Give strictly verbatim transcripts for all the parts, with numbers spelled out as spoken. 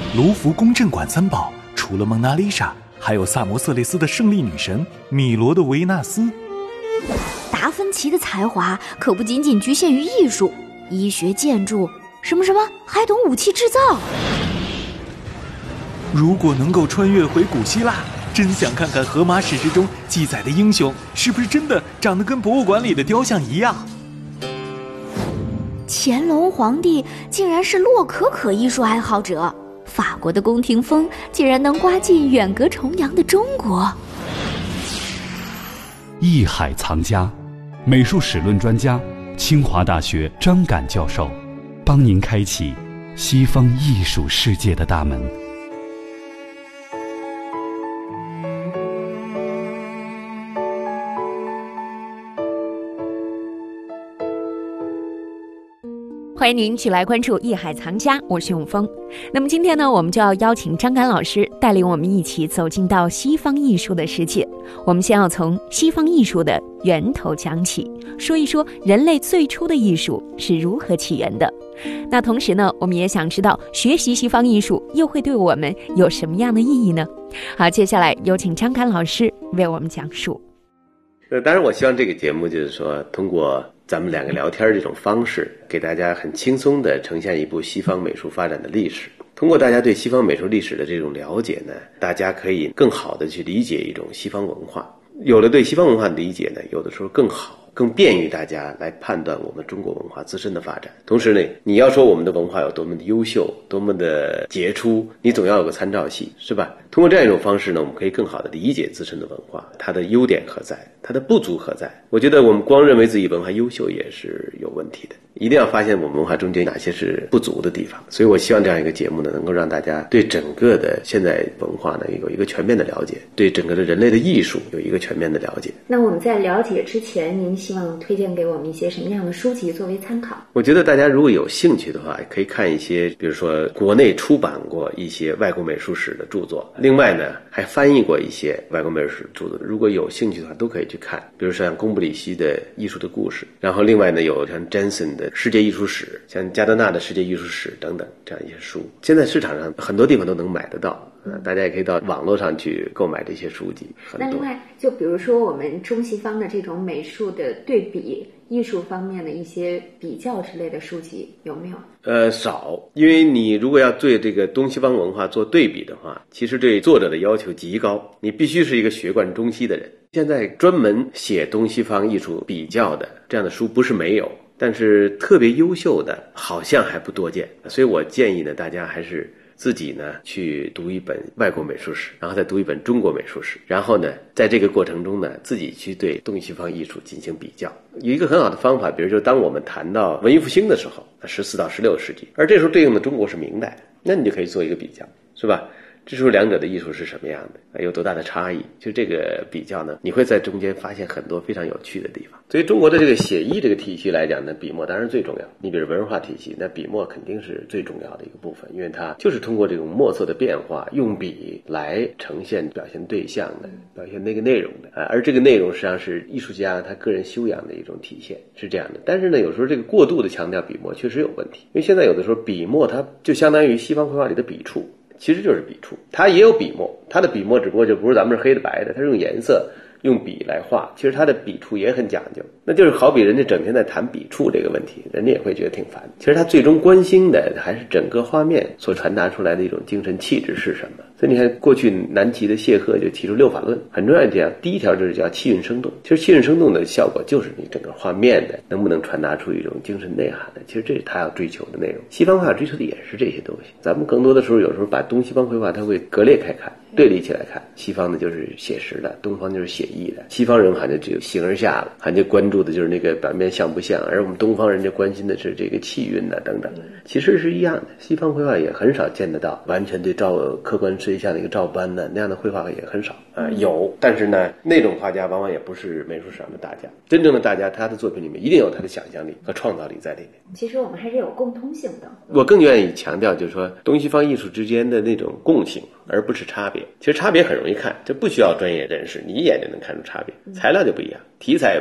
卢浮宫镇馆三宝除了蒙娜丽莎，还有萨摩瑟雷斯的胜利女神，米罗的维纳斯。 达芬奇的才华可不仅仅局限于艺术、医学、建筑，什么什么还懂武器制造。 如果能够穿越回古希腊，真想看看荷马史诗中记载的英雄是不是真的长得跟博物馆里的雕像一样。 乾隆皇帝竟然是洛可可艺术爱好者，法国的宫廷风竟然能刮进远隔重洋的中国。 艺海藏家，美术史论专家，清华大学张敢教授，帮您开启西方艺术世界的大门。 欢迎您一起来关注艺海藏家，我是永峰。那么今天呢，我们就要邀请张敢老师带领我们一起走进到西方艺术的世界。我们先要从西方艺术的源头讲起，说一说人类最初的艺术是如何起源的。那同时呢，我们也想知道学习西方艺术又会对我们有什么样的意义呢？好，接下来有请张敢老师为我们讲述。 呃，当然我希望这个节目就是说通过咱们两个聊天这种方式，给大家很轻松地呈现一部西方美术发展的历史。通过大家对西方美术历史的这种了解呢，大家可以更好地去理解一种西方文化。有了对西方文化的理解呢，有的时候更好，更便于大家来判断我们中国文化自身的发展。同时呢，你要说我们的文化有多么的优秀，多么的杰出，你总要有个参照系，是吧？通过这样一种方式呢，我们可以更好地理解自身的文化，它的优点何在，它的不足何在。我觉得我们光认为自己文化优秀也是有问题的，一定要发现我们文化中间哪些是不足的地方。所以我希望这样一个节目呢，能够让大家对整个的现代文化呢有一个全面的了解，对整个的人类的艺术有一个全面的了解。 那我们在了解之前，您希望推荐给我们一些什么样的书籍作为参考？ 我觉得大家如果有兴趣的话，可以看一些比如说国内出版过一些外国美术史的著作，另外呢还翻译过一些外国美术史著作，如果有兴趣的话都可以去看。比如说像贡布里希的艺术的故事，然后另外呢有像 Jensen 的世界艺术史，像加德纳的世界艺术史等等这样一些书，现在市场上很多地方都能买得到。呃，大家也可以到网络上去购买这些书籍。 那另外，就比如说我们中西方的这种美术的对比、艺术方面的一些比较之类的书籍有没有？ 呃，少，因为你如果要对这个东西方文化做对比的话，其实对作者的要求极高，你必须是一个学贯中西的人。现在专门写东西方艺术比较的这样的书不是没有，但是特别优秀的好像还不多见。所以我建议呢，大家还是自己呢去读一本外国美术史，然后再读一本中国美术史，然后呢在这个过程中呢自己去对东西方艺术进行比较。有一个很好的方法，比如说当我们谈到文艺复兴的时候，十四到十六世纪，而这时候对应的中国是明代，那你就可以做一个比较，是吧？这时候两者的艺术是什么样的，有多大的差异，就这个比较呢，你会在中间发现很多非常有趣的地方。对于中国的这个写意这个体系来讲呢，笔墨当然最重要。你比如文化体系，那笔墨肯定是最重要的一个部分，因为它就是通过这种墨色的变化，用笔来呈现表现对象的，表现那个内容的。而这个内容实际上是艺术家他个人修养的一种体现，是这样的。但是呢，有时候这个过度的强调笔墨确实有问题，因为现在有的时候笔墨它就相当于西方绘画里的笔触，其实就是笔触，它也有笔墨，它的笔墨只不过就不是咱们是黑的白的，它是用颜色用笔来画，其实它的笔触也很讲究。那就是好比人家整天在谈笔触这个问题，人家也会觉得挺烦。其实他最终关心的还是整个画面所传达出来的一种精神气质是什么。所以你看过去南齐的谢赫就提出六法论，很重要一点，第一条就是叫气韵生动。其实气韵生动的效果就是你整个画面的能不能传达出一种精神内涵的，其实这是他要追求的内容。西方画追求的也是这些东西，咱们更多的时候有时候把东西方绘画它会割裂开看，对立起来看，西方的就是写实的，东方就是写意的。西方人好像只有形而下了，好像关注的就是那个表面像不像，而我们东方人就关心的是这个气韵啊等等。其实是一样的，西方绘画也很少见得到完全对照客观摄像的一个照搬的那样的绘画也很少啊、呃，有，但是呢，那种画家往往也不是美术史上的大家。真正的大家，他的作品里面一定有他的想象力和创造力在里面。 其实我们还是有共通性的。 我更愿意强调，就是说东西方艺术之间的那种共性，而不是差别。其实差别很容易看，这不需要专业人士，你一眼就能看出差别。材料就不一样，题材也不一样，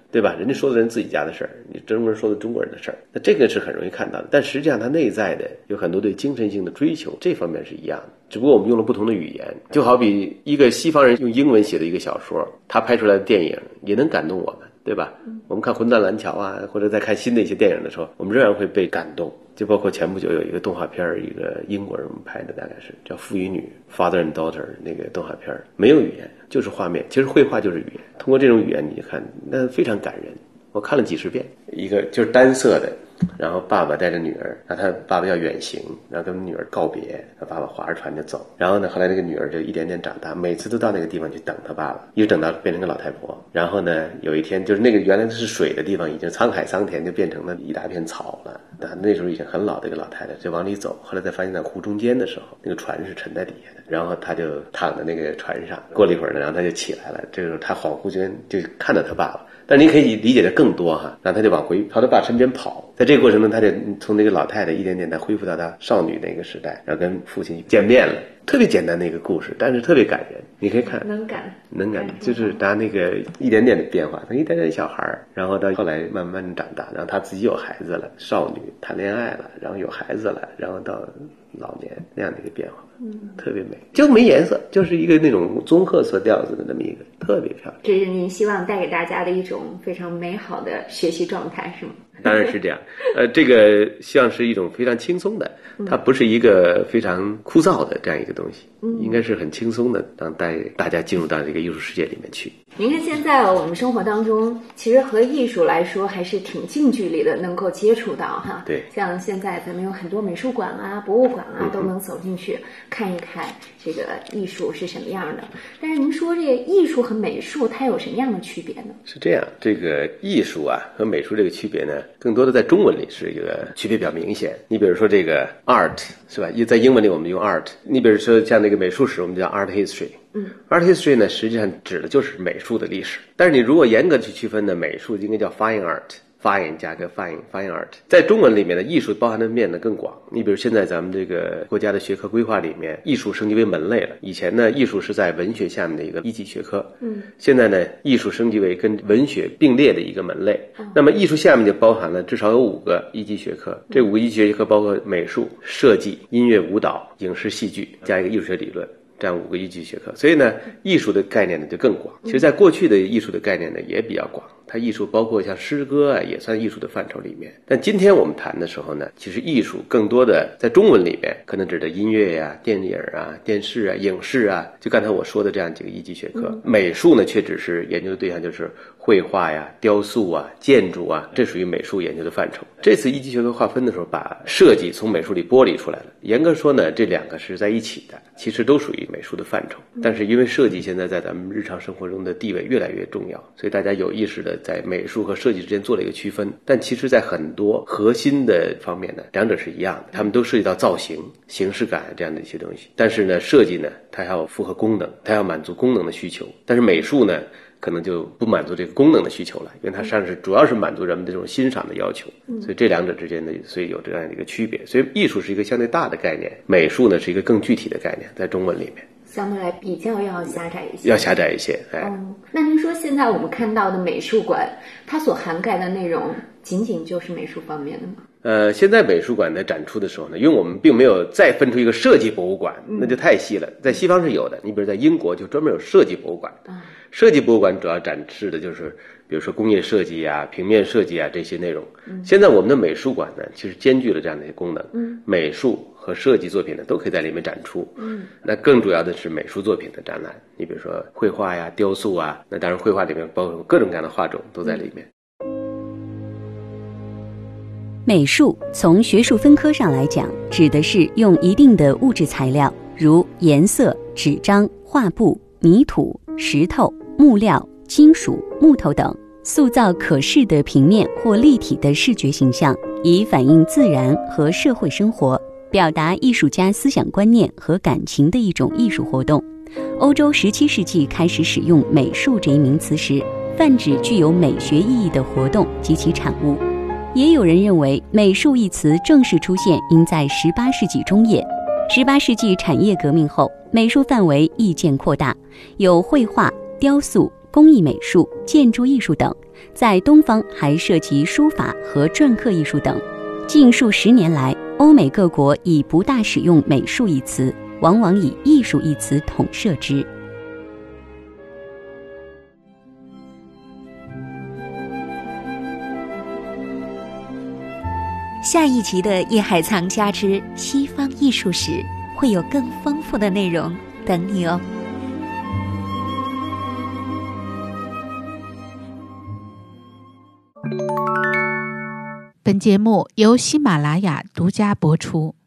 对吧？人家说的人自己家的事儿，你中国人说的中国人的事儿，那这个是很容易看到的。但实际上它内在的有很多对精神性的追求，这方面是一样的，只不过我们用了不同的语言。就好比一个西方人用英文写的一个小说，他拍出来的电影也能感动我们，对吧？我们看《魂断蓝桥》啊，或者在看新的一些电影的时候，我们仍然会被感动。就包括前不久有一个动画片，一个英国人拍的，大概是叫《父与女》 （Father and Daughter） 那个动画片，没有语言，就是画面。其实绘画就是语言，通过这种语言你就看，那非常感人。我看了几十遍，一个就是单色的。然后爸爸带着女儿，然后他爸爸要远行，然后跟女儿告别，他爸爸划着船就走。然后呢，后来那个女儿就一点点长大，每次都到那个地方去等他爸爸，一直等到变成个老太婆。然后呢，有一天就是那个原来是水的地方，已经沧海桑田，就变成了一大片草了。但那时候已经很老的一个老太太就往里走，后来才发现在湖中间的时候，那个船是沉在底下的，然后他就躺在那个船上。过了一会儿呢，然后他就起来了，这个时候他恍惚间就看到他爸爸。但您可以理解的更多哈，然后他就往回朝他爸身边跑，在这个过程中，他就从那个老太太一点点的恢复到他少女那个时代，然后跟父亲见面了。特别简单的一个故事，但是特别感人。你可以看， 能感， 能感，就是他那个一点点的变化，从一点点小孩，然后到后来慢慢长大，然后他自己有孩子了，少女谈恋爱了，然后有孩子了，然后到老年那样的一个变化，嗯，特别美，就没颜色，就是一个那种棕褐色调子的那么一个，特别漂亮。 这是您希望带给大家的一种非常美好的学习状态，是吗？ 当然是这样，呃，这个希望是一种非常轻松的，它不是一个非常枯燥的这样一个东西，嗯、应该是很轻松的，让带大家进入到这个艺术世界里面去。 您看现在我们生活当中，其实和艺术来说还是挺近距离的，能够接触到哈。 对， 像现在咱们有很多美术馆啊、博物馆啊，嗯、都能走进去看一看这个艺术是什么样的。但是您说这个艺术和美术它有什么样的区别呢？ 是这样，这个艺术啊和美术这个区别呢，更多的在中文里是一个区别比较明显。你比如说这个 art 是吧？在英文里我们用 art， 你比如说像那个美术史，我们叫 art history。嗯 ，art history 呢，实际上指的就是美术的历史。但是你如果严格去区分呢，美术应该叫 fine art。fine 加个 fine fine art， 在中文里面的艺术包含的面呢更广。你比如现在咱们这个国家的学科规划里面，艺术升级为门类了。以前呢，艺术是在文学下面的一个一级学科，嗯，现在呢，艺术升级为跟文学并列的一个门类。嗯、那么艺术下面就包含了至少有五个一级学科，这五个一级学科包括美术、设计、音乐、舞蹈、影视、戏剧，加一个艺术学理论。这样五个一级学科，所以呢，艺术的概念呢就更广。其实在过去的艺术的概念呢也比较广，它艺术包括像诗歌啊，也算艺术的范畴里面。但今天我们谈的时候呢，其实艺术更多的在中文里面可能指的音乐呀、啊、电影啊、电视啊、影视啊，就刚才我说的这样几个一级学科。嗯、美术呢却只是研究的对象就是绘画呀、雕塑啊、建筑啊，这属于美术研究的范畴。这次一级学科划分的时候，把设计从美术里剥离出来了。严格说呢，这两个是在一起的，其实都属于美术的范畴。但是因为设计现在在咱们日常生活中的地位越来越重要，所以大家有意识的在美术和设计之间做了一个区分。但其实在很多核心的方面呢，两者是一样的，他们都涉及到造型、形式感这样的一些东西。但是呢，设计呢，它要符合功能，它要满足功能的需求。但是美术呢，可能就不满足这个功能的需求了，因为它实际上是主要是满足人们的这种欣赏的要求，所以这两者之间呢，所以有这样的一个区别。所以艺术是一个相对大的概念，美术呢是一个更具体的概念，在中文里面相对来比较要狭窄一些， 要狭窄一些。哎， 嗯，那您说现在我们看到的美术馆，它所涵盖的内容仅仅就是美术方面的吗？ 呃，现在美术馆在展出的时候呢，因为我们并没有再分出一个设计博物馆，那就太细了。在西方是有的，你比如在英国就专门有设计博物馆。嗯，设计博物馆主要展示的就是，比如说工业设计啊、平面设计啊这些内容。嗯，现在我们的美术馆呢，其实兼具了这样的一些功能。嗯，美术和设计作品呢都可以在里面展出。嗯，那更主要的是美术作品的展览，你比如说绘画呀、雕塑啊，那当然绘画里面包括各种各样的画种都在里面。 美术从学术分科上来讲，指的是用一定的物质材料，如颜色、纸张、画布、泥土、石头、木料、金属、木头等，塑造可视的平面或立体的视觉形象，以反映自然和社会生活，表达艺术家思想观念和感情的一种艺术活动。欧洲十七世纪开始使用美术这一名词时，泛指具有美学意义的活动及其产物。也有人认为美术一词正式出现应在十八世纪中叶。十八世纪产业革命后，美术范围日渐扩大，有绘画、雕塑、工艺美术、建筑艺术等， 在东方还涉及书法和篆刻艺术等。近数十年来，欧美各国已不大使用美术一词，往往以艺术一词统摄之。 下一集的《艺海藏家之西方艺术史》会有更丰富的内容等你哦。 本节目由喜马拉雅独家播出。